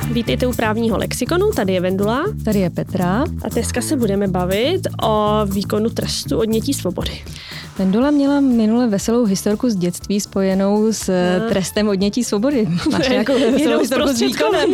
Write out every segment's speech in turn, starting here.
Vítejte u právního lexikonu, tady je Vendula. Tady je Petra. A dneska se budeme bavit o výkonu trestu odnětí svobody. Vendula měla minule veselou historku z dětství spojenou s trestem odnětí svobody. Máš nějakou veselou historku s výkonem?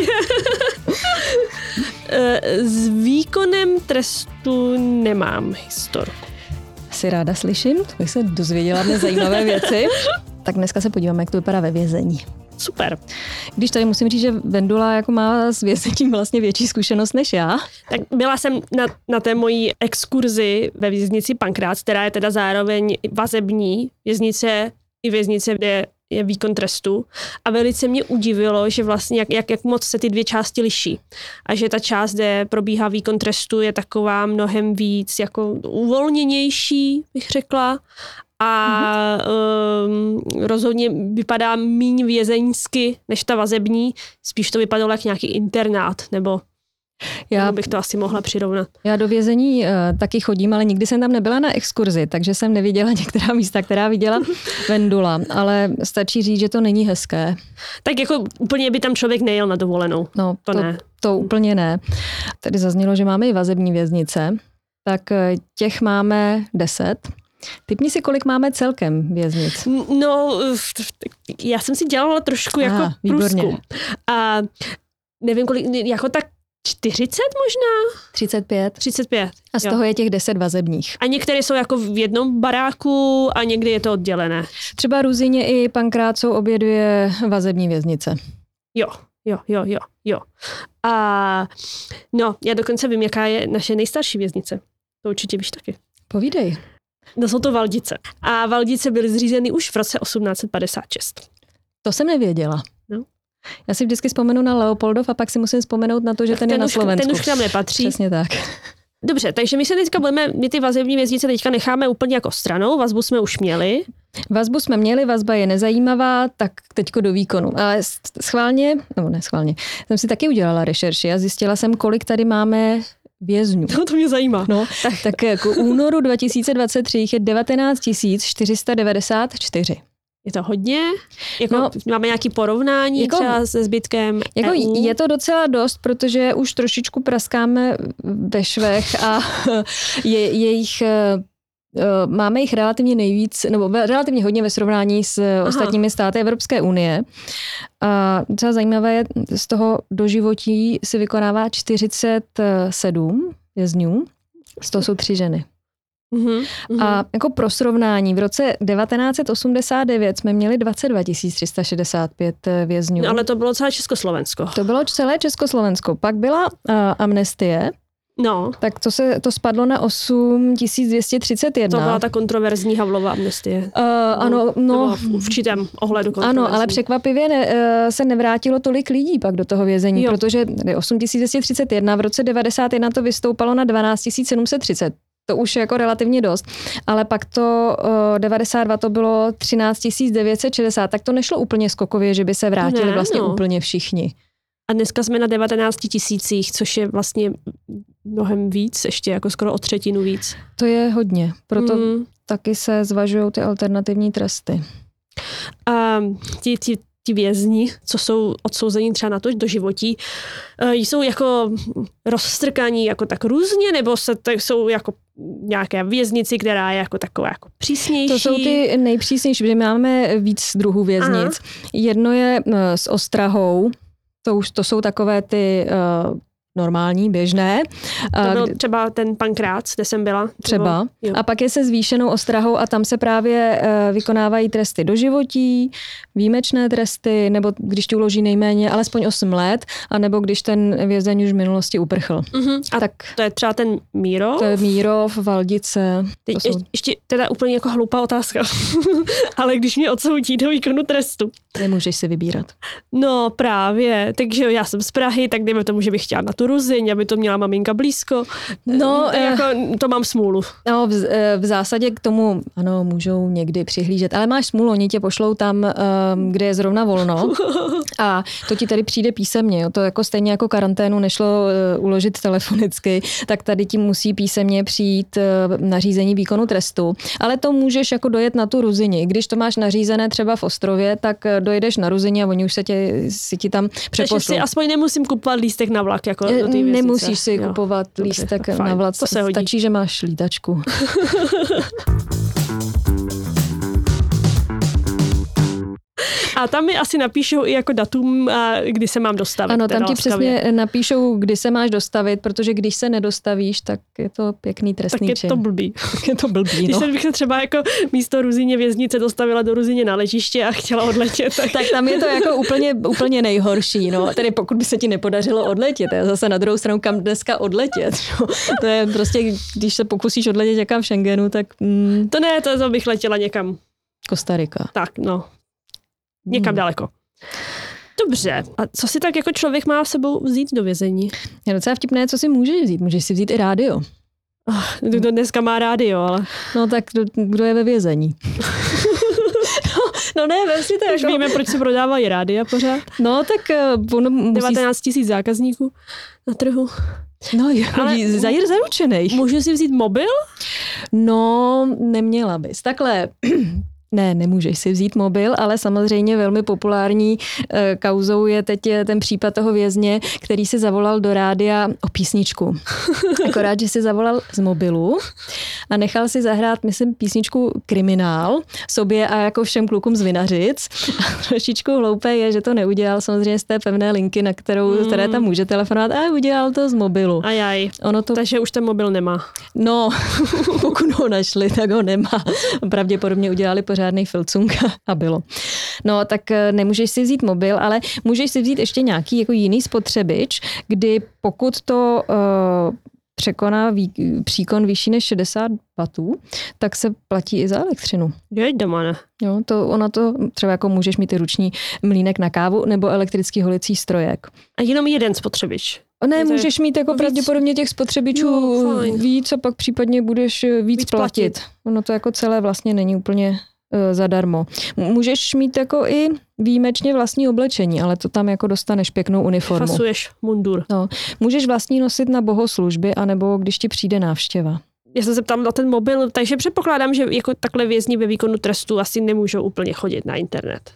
S výkonem trestu nemám historku. Asi ráda slyším, to bych se dozvěděla dnes zajímavé věci. Tak dneska se podíváme, jak to vypadá ve vězení. Super. Když tady musím říct, že Vendula jako má s vězením vlastně větší zkušenost než já. Tak byla jsem na té mojí exkurzi ve věznici Pankrác, která je teda zároveň vazební věznice i věznice, kde je výkon trestu. A velice mě udivilo, že vlastně jak moc se ty dvě části liší. A že ta část, kde probíhá výkon trestu, je taková mnohem víc jako uvolněnější, bych řekla. A rozhodně vypadá míň vězeňsky než ta vazební. Spíš to vypadalo jak nějaký internát, nebo já bych to asi mohla přirovnat. Já do vězení taky chodím, ale nikdy jsem tam nebyla na exkurzi, takže jsem neviděla některá místa, která viděla Vendula, ale stačí říct, že to není hezké. Tak jako úplně by tam člověk nejel na dovolenou. No, to úplně ne. Tady zaznělo, že máme i vazební věznice, tak těch máme 10. Typni si, kolik máme celkem věznic. No, já jsem si dělala trošku jako průzkum. A nevím kolik, jako tak 40 možná? 35. 35. A z toho je těch 10 vazebních. A některé jsou jako v jednom baráku a někdy je to oddělené. Třeba Ruzyně i Pankrác jsou obě dvě vazební věznice. Jo. A no, já dokonce vím, jaká je naše nejstarší věznice. To určitě víš taky. Povídej. No, jsou to Valdice. A Valdice byly zřízeny už v roce 1856. To jsem nevěděla. No. Já si vždycky vzpomenu na Leopoldov a pak si musím vzpomenout na to, že ten je na Slovensku. Ten už k nám nepatří. Přesně tak. Dobře, takže my ty vazební věznice teďka necháme úplně jako stranou, vazbu jsme už měli. Vazbu jsme měli, vazba je nezajímavá, tak teďko do výkonu. Ale schválně, jsem si taky udělala rešerši a zjistila jsem, kolik tady máme vězňů. No, to mě zajímá. No, tak jako únoru 2023 je 19 494. Je to hodně? Jako, máme nějaký porovnání jako, třeba se zbytkem jako EU? Je to docela dost, protože už trošičku praskáme ve švech a máme jich relativně nejvíc, nebo relativně hodně ve srovnání s ostatními státy Evropské unie. A docela zajímavé je, z toho doživotí si vykonává 47 vězňů, z toho jsou 3 ženy. A jako pro srovnání, v roce 1989 jsme měli 22 365 vězňů. No, ale to bylo celé Československo. To bylo celé Československo. Pak byla amnestie. No. Tak to spadlo na 8 231. To byla ta kontroverzní Havlova amnestie. Ano, no. V určitém ohledu kontroverzní. Ano, ale překvapivě se nevrátilo tolik lidí pak do toho vězení, protože 8 231 v roce 91 to vystoupalo na 12 730. To už je jako relativně dost, ale pak to 92 to bylo 13 960, tak to nešlo úplně skokově, že by se vrátili vlastně úplně všichni. A dneska jsme na 19 000, což je vlastně mnohem víc, ještě jako skoro o 1/3 víc. To je hodně, proto taky se zvažují ty alternativní tresty. A ti vězni, co jsou odsouzeni třeba na to doživotí, jsou jako rozstrkaní jako tak různě, nebo jsou jako nějaké věznici, která je jako taková jako přísnější? To jsou ty nejpřísnější, protože máme víc druhů věznic. Aha. Jedno je s ostrahou, to jsou takové ty normální, běžné. To byl třeba ten Pankrác, kde jsem byla. Třeba. A pak je se zvýšenou ostrahou a tam se právě vykonávají tresty doživotí, výjimečné tresty, nebo když ti uloží nejméně alespoň 8 let, anebo když ten vězeň už v minulosti uprchl. A tak to je třeba ten Mírov? To je Mírov, Valdice. Ještě teda úplně jako hloupá otázka. Ale když mě odsoudí do výkonu trestu. Nemůžeš si vybírat. No právě. Takže já jsem z Prahy, tak dejme tomu, že bych chtěla na tu Ruzyň, aby to měla maminka blízko. No, jako, to mám smůlu. No, v zásadě k tomu, ano, můžou někdy přihlížet, ale máš smůlu, oni tě pošlou tam, kde je zrovna volno a to ti tady přijde písemně. Jo. To jako stejně jako karanténu nešlo uložit telefonicky, tak tady ti musí písemně přijít nařízení výkonu trestu. Ale to můžeš jako dojet na tu Ruzyni. Když to máš nařízené třeba v Ostrově, tak dojedeš na Ruzyni a oni už si ti tam přepošlou. Takže si aspoň nemusím kupovat lístek na vlak jako do té věznice. Nemusíš si kupovat lístek na vlak. To se hodí. Stačí, že máš lítačku. A tam mi asi napíšou i jako datum, kdy se mám dostavit. Ano, tam ti přesně napíšou, kdy se máš dostavit, protože když se nedostavíš, tak je to pěkný trestný čin. Tak je to blbý. Tak je to blbý, Když bych se třeba jako místo Ruzyně věznice dostavila do Ruzyně na ležiště a chtěla odletět. Tak tam je to jako úplně nejhorší. No. Tedy pokud by se ti nepodařilo odletět, a zase na druhou stranu, kam dneska odletět. No. To je prostě, když se pokusíš odletět někam v Schengenu, tak... To bych letěla někam. Kostarika. Tak, no. Někam daleko. Dobře. A co si tak jako člověk má s sebou vzít do vězení? Je docela vtipné, co si můžeš vzít. Můžeš si vzít i rádio. Kdo dneska má rádio, ale... No tak kdo je ve vězení? No ne, vem si to už jako... víme, proč se prodávají rádia pořád. No tak... 19 000 zákazníků na trhu. No jo, ale zaručenej. Můžu si vzít mobil? No, neměla bys. Takhle... Ne, nemůžeš si vzít mobil, ale samozřejmě velmi populární kauzou je teď ten případ toho vězně, který si zavolal do rádia o písničku. Akorát, že si zavolal z mobilu a nechal si zahrát, myslím, písničku Kriminál sobě a jako všem klukům z Vinařic. A trošičku hloupé je, že to neudělal samozřejmě z té pevné linky, na které tam může telefonovat, a udělal to z mobilu. Ajaj, takže už ten mobil nemá. No, pokud ho našli, tak ho nemá. Pravděpodobně udělali pořádný filcung a bylo. No, tak nemůžeš si vzít mobil, ale můžeš si vzít ještě nějaký jako jiný spotřebič, kdy pokud to překoná příkon vyšší než 60 W, tak se platí i za elektřinu. Jo, ono to třeba jako můžeš mít i ruční mlýnek na kávu nebo elektrický holicí strojek. A jenom jeden spotřebič. Ne, můžeš mít jako pravděpodobně těch spotřebičů víc a pak případně budeš víc platit. Ono to jako celé vlastně není úplně zadarmo. Můžeš mít jako i výjimečně vlastní oblečení, ale to tam jako dostaneš pěknou uniformu. Fasuješ mundur. No, můžeš vlastní nosit na bohoslužby, anebo když ti přijde návštěva. Já jsem se ptám na ten mobil, takže předpokládám, že jako takhle vězni ve výkonu trestu asi nemůžou úplně chodit na internet.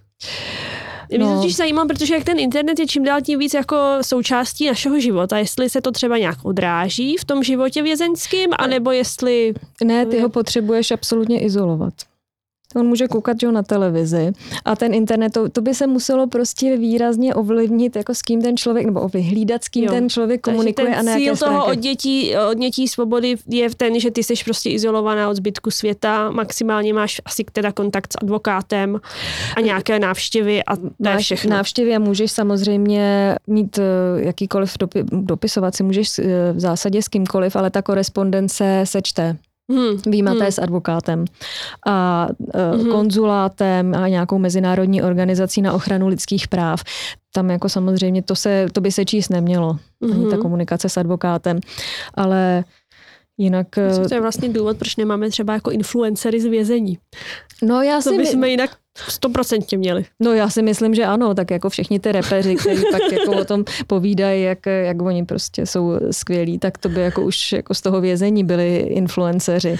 Mě to totiž zajímá, protože jak ten internet je čím dál tím víc jako součástí našeho života, jestli se to třeba nějak odráží v tom životě vězeňským, anebo jestli... Ne, ty ho potřebuješ absolutně izolovat. On může koukat na televizi a ten internet, to by se muselo prostě výrazně ovlivnit, jako s kým ten člověk, nebo vyhlídat, s kým ten člověk komunikuje a na jaké stránky. Cíl toho odnětí svobody je v ten, že ty jsi prostě izolovaná od zbytku světa, maximálně máš asi teda kontakt s advokátem a nějaké návštěvy a to je všechno. Návštěvy a můžeš samozřejmě mít jakýkoliv dopisovat si můžeš v zásadě s kýmkoliv, ale ta korespondence se čte. Výjimaté s advokátem a konzulátem a nějakou mezinárodní organizací na ochranu lidských práv. Tam jako samozřejmě to by se číst nemělo, ta komunikace s advokátem, ale jinak... To je vlastně důvod, proč nemáme třeba jako influencery z vězení. No to bychom jinak 100% měli. No já si myslím, že ano, tak jako všichni ty repeři, kteří pak jako o tom povídají, jak oni prostě jsou skvělí, tak to by jako už jako z toho vězení byli influenceři.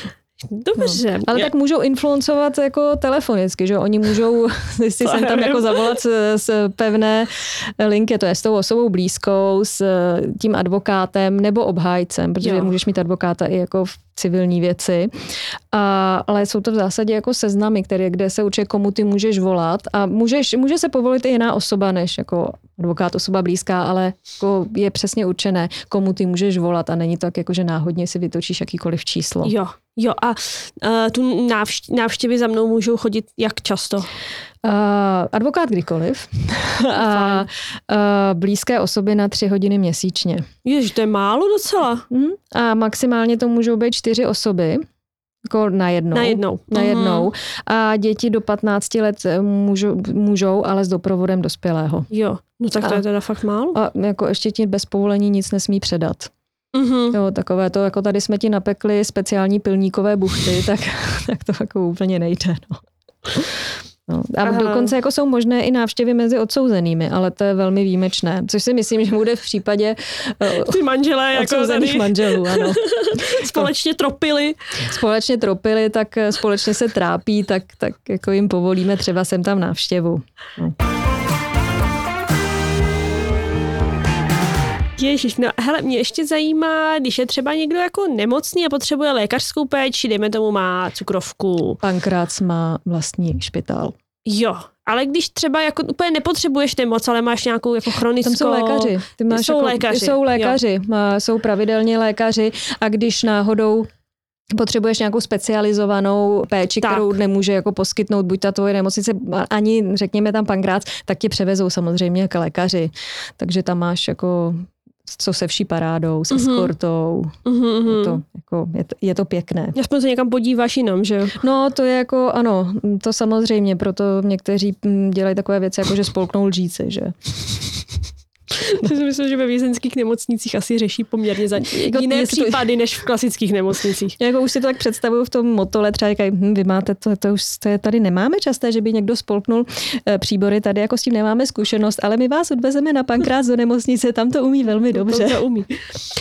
Dobře. No. Ale tak můžou influencovat jako telefonicky, že oni můžou si sem tam jako zavolat z pevné linky, to je s tou osobou blízkou, s tím advokátem nebo obhájcem, protože můžeš mít advokáta i jako v civilní věci. Ale jsou to v zásadě jako seznamy, kde se určitě komu ty můžeš volat a může se povolit i jiná osoba než jako advokát, osoba blízká, ale jako je přesně určené, komu ty můžeš volat a není to tak jako, že náhodně si vytočíš jakýkoliv číslo. Jo, a tu návštěvy za mnou můžou chodit jak často? Advokát kdykoliv a blízké osoby na 3 hodiny měsíčně. Ježiš, to je málo docela. A maximálně to můžou být 4 osoby. Jako najednou. A děti do 15 let můžou, ale s doprovodem dospělého. Jo, no tak to je teda fakt málo. A jako ještě ti bez povolení nic nesmí předat. Jo, takové to, jako tady jsme ti napekli speciální pilníkové buchty, tak to jako úplně nejde. No. A dokonce jako jsou možné i návštěvy mezi odsouzenými, ale to je velmi výjimečné, což si myslím, že bude v případě ty manželé odsouzených manželů, ano. Společně tropili, tak společně se trápí, tak jako jim povolíme třeba sem tam návštěvu. No. Ježiš, no hele, mě ještě zajímá, když je třeba někdo jako nemocný a potřebuje lékařskou péči, dejme tomu má cukrovku. Pankrác má vlastní špitál. Jo, ale když třeba jako úplně nepotřebuješ nemoc, ale máš nějakou jako chronickou... Tam jsou lékaři. Jsou lékaři, jsou pravidelně lékaři a když náhodou potřebuješ nějakou specializovanou péči, kterou nemůže jako poskytnout buď ta tvoje nemocnice, ani řekněme tam Pankrác, tak tě převezou samozřejmě k lékaři. Takže tam máš jako co se vší parádou, s eskortou. Je to pěkné. Aspoň se někam podíváš jinam, že jo? No, to je jako, ano, to samozřejmě, proto někteří dělají takové věci, jako že spolknou lžíci, že? Já si myslím, že ve vězeňských nemocnicích asi řeší poměrně jiné případy než v klasických nemocnicích. Jako už si to tak představuju v tom motole, třeba říkají, vy máte to už tady nemáme časté, že by někdo spolknul příbory, tady jako s tím nemáme zkušenost, ale my vás odvezeme na Pankrác do nemocnice, tam to umí velmi dobře. To umí.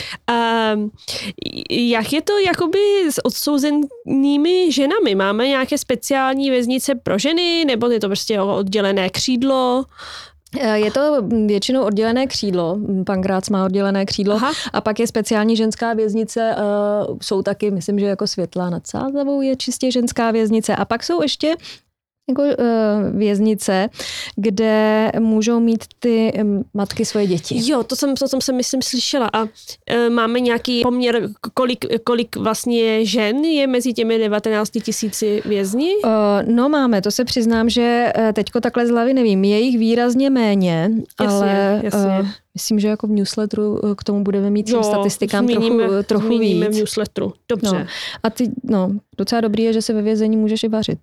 Jak je to jakoby s odsouzenými ženami? Máme nějaké speciální věznice pro ženy, nebo je to prostě oddělené křídlo? Je to většinou oddělené křídlo, Pankrác má oddělené křídlo. Aha. A pak je speciální ženská věznice, jsou taky, myslím, že jako Světlá nad Sázavou je čistě ženská věznice. A pak jsou ještě jako věznice, kde můžou mít ty matky svoje děti. Jo, to jsem myslím slyšela. A máme nějaký poměr, kolik vlastně žen je mezi těmi 19 000 vězni? No máme, to se přiznám, že teďko takhle z hlavy nevím. Je jich výrazně méně, ale myslím, že jako v newsletteru k tomu budeme mít těm statistikám trochu víc. V newsletteru, dobře. No. A docela dobrý je, že se ve vězení můžeš i vařit.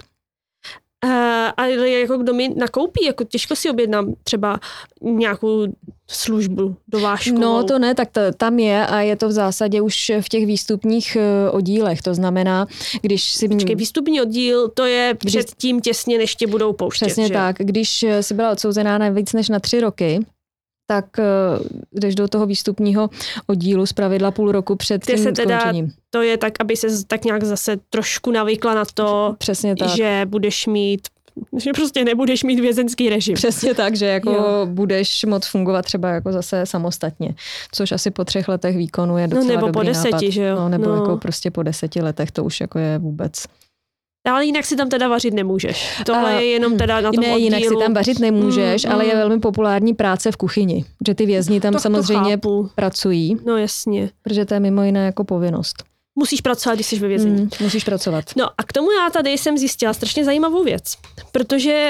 A jako kdo mi nakoupí, jako těžko si objednám třeba nějakou službu dovážkovou. No to ne, tak tam je a je to v zásadě už v těch výstupních oddílech, to znamená, když si... Počkej, výstupní oddíl, to je předtím těsně, než tě budou pouštět. Přesně že? Tak, když jsi byla odsouzená na víc než na 3 roky, tak jdeš do toho výstupního oddílu zpravidla půl roku před tím skončením. To je tak, aby se tak nějak zase trošku navykla na to, že budeš mít, že prostě nebudeš mít vězenský režim. Přesně tak, že jako budeš moct fungovat třeba jako zase samostatně, což asi po 3 letech výkonu je docela nebo dobrý po 10, nápad. Že jo? No, nebo jako prostě po 10 letech to už jako je vůbec. Ale jinak si tam teda vařit nemůžeš. Tohle je jenom teda na tom oddílu. Jinak si tam vařit nemůžeš, ale je velmi populární práce v kuchyni. Že ty vězni tam samozřejmě pracují. No jasně. Protože to je mimo jiné jako povinnost. Musíš pracovat, když jsi ve vězení. Musíš pracovat. No a k tomu já tady jsem zjistila strašně zajímavou věc. Protože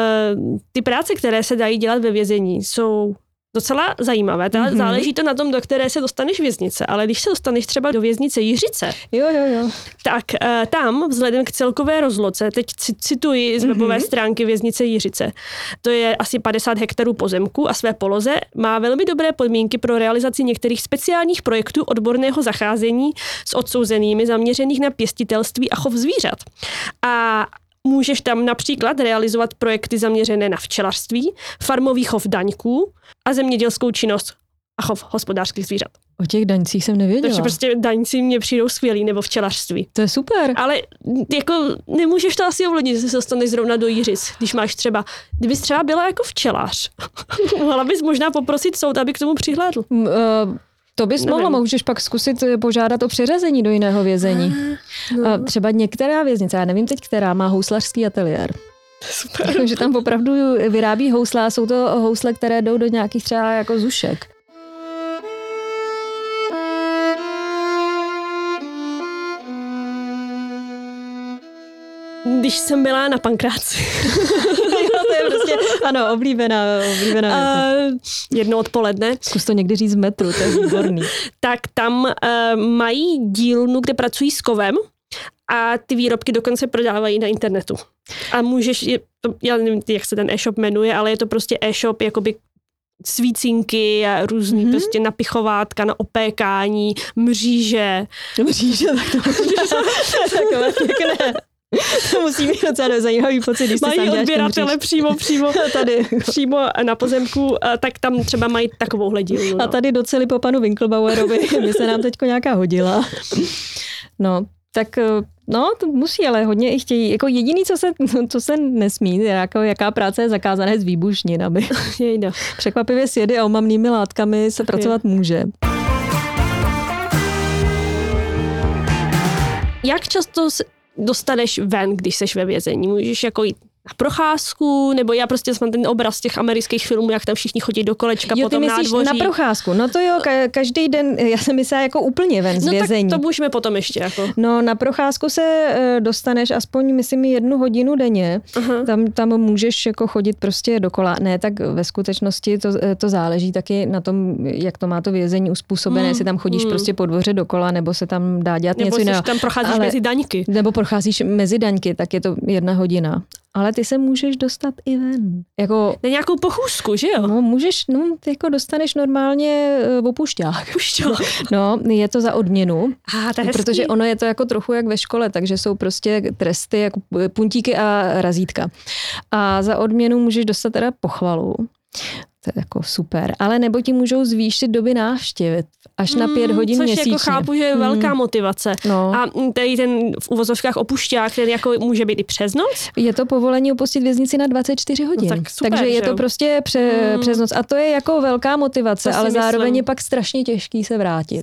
ty práce, které se dají dělat ve vězení, jsou docela zajímavé. Záleží to na tom, do které se dostaneš věznice, ale když se dostaneš třeba do věznice Jiřice, tak tam vzhledem k celkové rozloce, teď cituji z webové stránky věznice Jiřice, to je asi 50 hektarů pozemku a své poloze, má velmi dobré podmínky pro realizaci některých speciálních projektů odborného zacházení s odsouzenými zaměřených na pěstitelství a chov zvířat. A můžeš tam například realizovat projekty zaměřené na včelařství, farmový chov daňků a zemědělskou činnost a chov hospodářských zvířat. O těch daňcích jsem nevěděla. Takže prostě daňci mně přijdou skvělý, nebo včelařství. To je super. Ale jako nemůžeš to asi ovlivnit, že se dostaneš zrovna do Jiřic, když máš třeba, kdybys třeba byla jako včelař, mohla bys možná poprosit soud, aby k tomu přihlédl. To bys mohla, můžeš pak zkusit požádat o přeřazení do jiného vězení. Třeba některá věznice, já nevím teď, která má houslařský ateliér. Super. Takže tam opravdu vyrábí housle a jsou to housle, které jdou do nějakých třeba jako zušek. Když jsem byla na Pankráci. To je prostě, ano, oblíbená jedno odpoledne. Zkus to někdy říct v metru, to je výborný. Tak tam mají dílnu, kde pracují s kovem a ty výrobky dokonce prodávají na internetu. A můžeš, já nevím, jak se ten e-shop jmenuje, ale je to prostě e-shop jakoby svícinky a různý prostě napichovátka na opékání, mříže. Mříže, tak to takové pěkné. To musí být docela zajímavý pocit, když mají se sám odběratele přímo tady, přímo na pozemku, tak tam třeba mají takovouhle dílnu. No. A tady doceli po panu Winklbauerovi by se nám teďko nějaká hodila. No, tak no, to musí, ale hodně i chtějí. Jako jediný, co se nesmí, jako jaká práce je zakázaná z výbušnin, aby překvapivě s jedy a omamnými látkami se pracovat může. Jak často dostaneš ven, když seš ve vězení? Můžeš jako jít na procházku, nebo já prostě mám ten obraz těch amerických filmů, jak tam všichni chodí do kolečka, potom nádvoří. Na procházku, no to jo, každý den, já jsem myslela jako úplně ven z vězení. No tak to můžeme potom ještě jako. No na procházku se dostaneš aspoň, myslím, 1 hodinu denně. Tam můžeš jako chodit prostě dokola. Ne, tak ve skutečnosti to záleží taky na tom, jak to má to vězení uspůsobené, jestli tam chodíš prostě po dvoře dokola, nebo se tam dá dělat něco jiného. Nebo tam procházíš mezi daňky. Nebo procházíš mezi daňky, tak je to 1 hodina. Ale ty se můžeš dostat i ven. Jako, na nějakou pochůzku, že jo? No, můžeš, ty jako dostaneš normálně opušťák. No, je to za odměnu. Protože ono je to jako trochu jak ve škole, takže jsou prostě tresty, jako puntíky a razítka. A za odměnu můžeš dostat teda pochvalu. To je jako super. Ale nebo ti můžou zvýšit doby návštěvy až na 5 hodin měsíčně. Což jako chápu, že je velká motivace. No. A tady ten v uvozovkách opušťák, ten jako může být i přes noc? Je to povolení opustit věznici na 24 hodin. No tak super, takže je to prostě přes noc. A to je jako velká motivace, ale zároveň je pak strašně těžký se vrátit.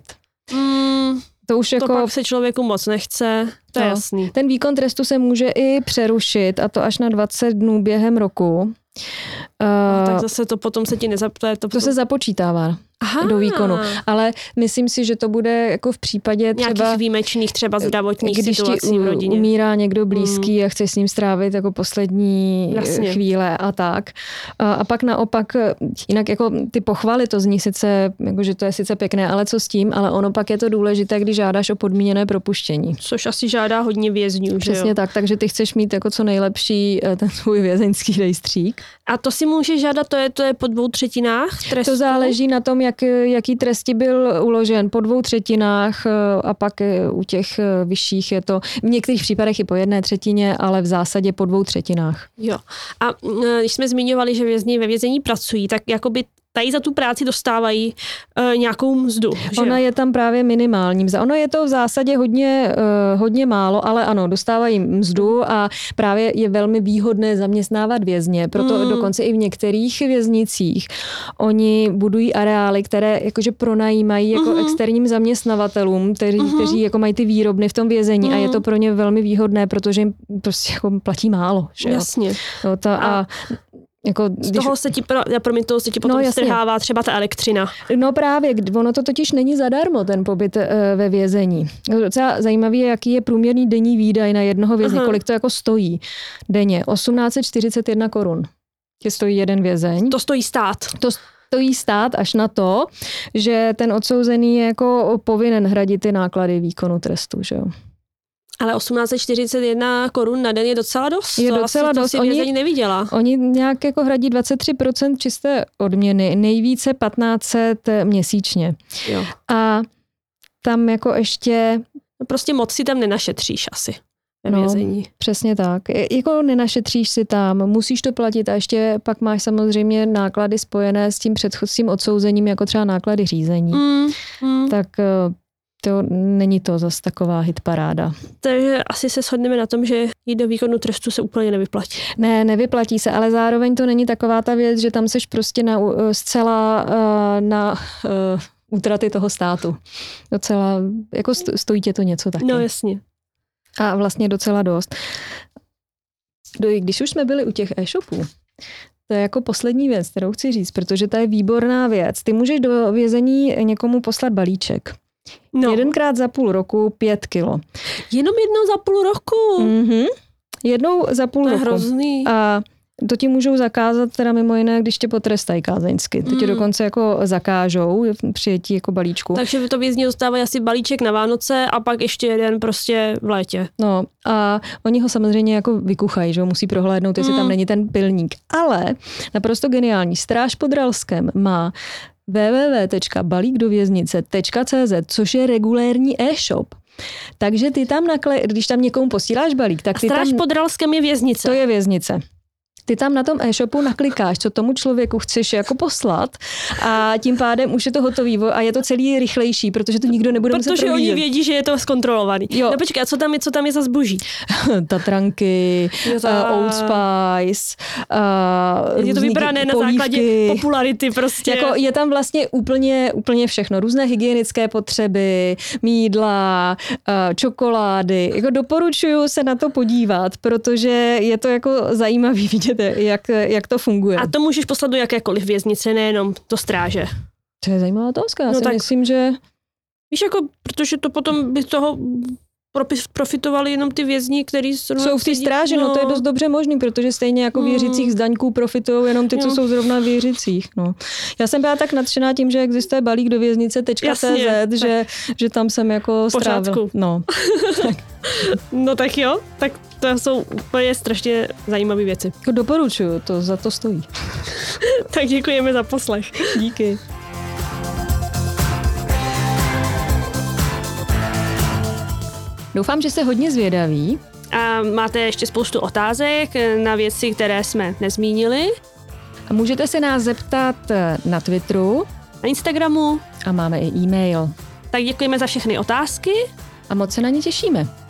To už jako... To pak se člověku moc nechce, to je jasný. Ten výkon trestu se může i přerušit, a to až na 20 dnů během roku. Tak zase to potom se ti nezapočítává. To se započítává do výkonu. Ale myslím si, že to bude jako v případě třeba... Nějakých výjimečných třeba zdravotních situací v rodině. Když umírá někdo blízký a chceš s ním strávit jako poslední chvíle a tak. A pak naopak, jinak jako ty pochvaly, to zní sice, jako že to je sice pěkné, ale co s tím, ale ono pak je to důležité, když žádáš o podmíněné propuštění. Což asi žádá hodně vězňů, Přesně že jo? tak, takže ty chceš mít jako co nejlepší ten svůj vězeňský rejstřík. A to si může žádat, to je po 2/3 trestu? To záleží na tom, jaký trest byl uložen po 2/3 a pak u těch vyšších je to, v některých případech i po 1/3, ale v zásadě po 2/3. Jo. A když jsme zmiňovali, že vězni ve vězení pracují, tak jakoby tady za tu práci dostávají nějakou mzdu. Že? Ona je tam právě minimální mzda. Ono je to v zásadě hodně málo, ale ano, dostávají mzdu a právě je velmi výhodné zaměstnávat vězně. Proto dokonce i v některých věznicích oni budují areály, které jakože pronajímají jako externím zaměstnavatelům, kteří jako mají ty výrobny v tom vězení a je to pro ně velmi výhodné, protože jim prostě jako platí málo. Že jo? Jasně. Jo, jako, z toho se ti potom strhává třeba ta elektřina. No právě, ono to totiž není zadarmo, ten pobyt ve vězení. Docela zajímavý je, jaký je průměrný denní výdaj na jednoho vězně, kolik to jako stojí denně. 1841 korun. Tě stojí jeden vězeň. To stojí stát. To stojí stát až na to, že ten odsouzený je jako povinen hradit ty náklady výkonu trestu, že jo. Ale 1841 korun na den je docela dost. Je docela dost. To si vězení neviděla. Oni nějak jako hradí 23% čisté odměny, nejvíce 1500 měsíčně. Jo. A tam jako ještě... No prostě moc si tam nenašetříš asi ve vězení. Přesně tak. Jako nenašetříš si tam, musíš to platit a ještě pak máš samozřejmě náklady spojené s tím předchozím odsouzením, jako třeba náklady řízení. Tak... To není to zas taková hitparáda. Takže asi se shodneme na tom, že jít do výkonu trestu se úplně nevyplatí. Ne, nevyplatí se, ale zároveň to není taková ta věc, že tam seš prostě zcela na útraty toho státu. Docela, jako stojí tě to něco taky. No jasně. A vlastně docela dost. Když už jsme byli u těch e-shopů, to je jako poslední věc, kterou chci říct, protože to je výborná věc. Ty můžeš do vězení někomu poslat balíček. No. 1krát za půl roku 5 kilo. Jenom jednou za půl roku? Jednou za půl roku. To je hrozný. A To ti můžou zakázat teda mimo jiné, když tě potrestají kázeňsky. Ty ti dokonce jako zakážou přijetí jako balíčku. Takže to vězni dostávají asi balíček na Vánoce a pak ještě jeden prostě v létě. No a oni ho samozřejmě jako vykuchají, že ho musí prohlédnout, jestli tam není ten pilník. Ale naprosto geniální. Stráž pod Ralskem má www.balíkdověznice.cz, což je regulérní e-shop. Takže ty tam když tam někomu posíláš balík, tak ty Stráž tam... pod Ralskem je věznice. To je věznice. Ty tam na tom e-shopu naklikáš, co tomu člověku chceš jako poslat a tím pádem už je to hotový a je to celý rychlejší, protože to nikdo nebude muset Protože oni vědí, že je to zkontrolovaný. Jo. No počkej, a co tam je za zboží? Tatranky, Old Spice, je to vybrané na základě popularity prostě. Jako je tam vlastně úplně všechno. Různé hygienické potřeby, mýdla, čokolády. Jako doporučuju se na to podívat, protože je to jako zajímavý vidět, jak to funguje. A to můžeš poslat do jakékoliv věznice, nejenom do stráže. To je zajímavá otázka. Já si myslím, že... Víš, jako, protože to potom by toho profitovali jenom ty vězni, kteří jsou v té stráži, no to je dost dobře možný, protože stejně jako věřících z daňků profitují jenom ty, co jsou zrovna věřících. No. Já jsem byla tak nadšená tím, že existuje balík do věznice.cz, že tam jsem jako strávil. No. No tak jo, tak to jsou úplně strašně zajímavé věci. Doporučuju, to za to stojí. Tak děkujeme za poslech. Díky. Doufám, že jste hodně zvědaví. A máte ještě spoustu otázek na věci, které jsme nezmínili. A můžete se nás zeptat na Twitteru, na Instagramu. A máme i e-mail. Tak děkujeme za všechny otázky. A moc se na ně těšíme.